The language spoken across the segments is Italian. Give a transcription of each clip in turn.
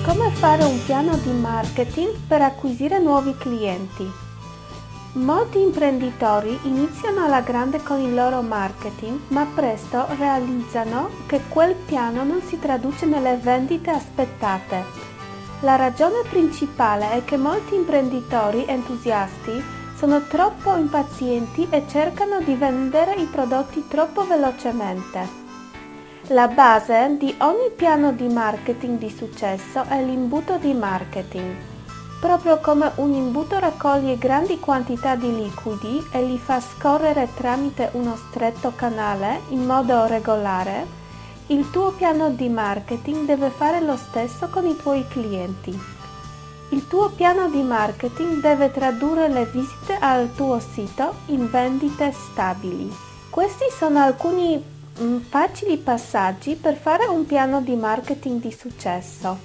Come fare un piano di marketing per acquisire nuovi clienti? Molti imprenditori iniziano alla grande con il loro marketing, ma presto realizzano che quel piano non si traduce nelle vendite aspettate. La ragione principale è che molti imprenditori entusiasti sono troppo impazienti e cercano di vendere i prodotti troppo velocemente. La base di ogni piano di marketing di successo è l'imbuto di marketing. Proprio come un imbuto raccoglie grandi quantità di liquidi e li fa scorrere tramite uno stretto canale in modo regolare, il tuo piano di marketing deve fare lo stesso con i tuoi clienti. Il tuo piano di marketing deve tradurre le visite al tuo sito in vendite stabili. Questi sono alcuni facili passaggi per fare un piano di marketing di successo.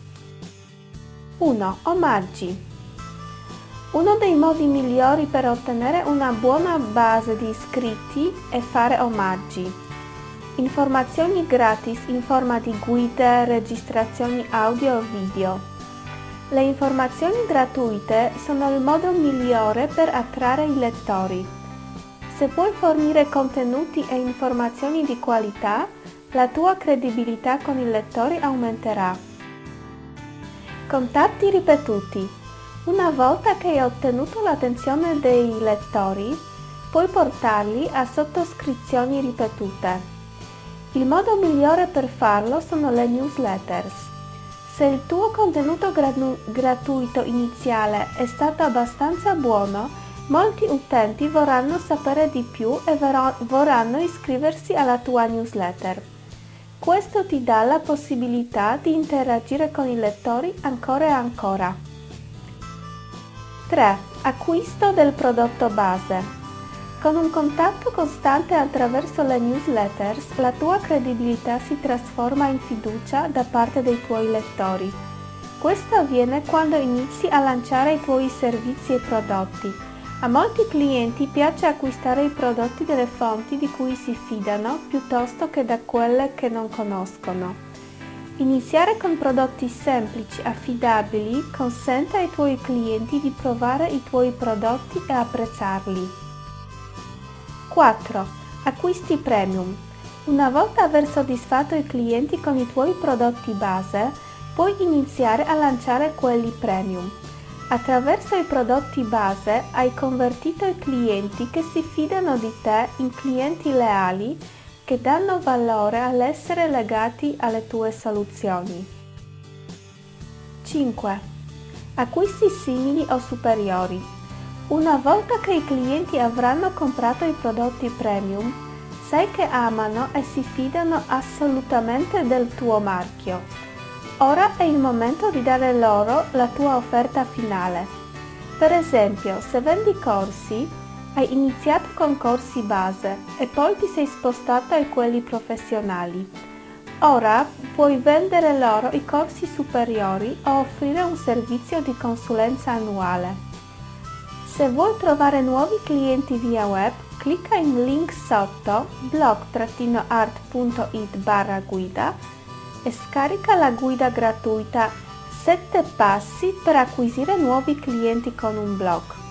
1. Omaggi. Uno dei modi migliori per ottenere una buona base di iscritti è fare omaggi. Informazioni gratis in forma di guide, registrazioni audio e video. Le informazioni gratuite sono il modo migliore per attrarre i lettori. Se puoi fornire contenuti e informazioni di qualità, la tua credibilità con i lettori aumenterà. Contatti ripetuti. Una volta che hai ottenuto l'attenzione dei lettori, puoi portarli a sottoscrizioni ripetute. Il modo migliore per farlo sono le newsletters. Se il tuo contenuto gratuito iniziale è stato abbastanza buono, molti utenti vorranno sapere di più e vorranno iscriversi alla tua newsletter. Questo ti dà la possibilità di interagire con i lettori ancora e ancora. 3. Acquisto del prodotto base. Con un contatto costante attraverso le newsletters, la tua credibilità si trasforma in fiducia da parte dei tuoi lettori. Questo avviene quando inizi a lanciare i tuoi servizi e prodotti. A molti clienti piace acquistare i prodotti delle fonti di cui si fidano piuttosto che da quelle che non conoscono. Iniziare con prodotti semplici, affidabili, consente ai tuoi clienti di provare i tuoi prodotti e apprezzarli. 4. Acquisti premium. Una volta aver soddisfatto i clienti con i tuoi prodotti base, puoi iniziare a lanciare quelli premium. Attraverso i prodotti base hai convertito i clienti che si fidano di te in clienti leali che danno valore all'essere legati alle tue soluzioni. 5. Acquisti simili o superiori. Una volta che i clienti avranno comprato i prodotti premium, sai che amano e si fidano assolutamente del tuo marchio. Ora è il momento di dare loro la tua offerta finale. Per esempio, se vendi corsi, hai iniziato con corsi base e poi ti sei spostato ai quelli professionali. Ora puoi vendere loro i corsi superiori o offrire un servizio di consulenza annuale. Se vuoi trovare nuovi clienti via web, clicca in link sotto blog-art.it/guida e scarica la guida gratuita 7 passi per acquisire nuovi clienti con un blog.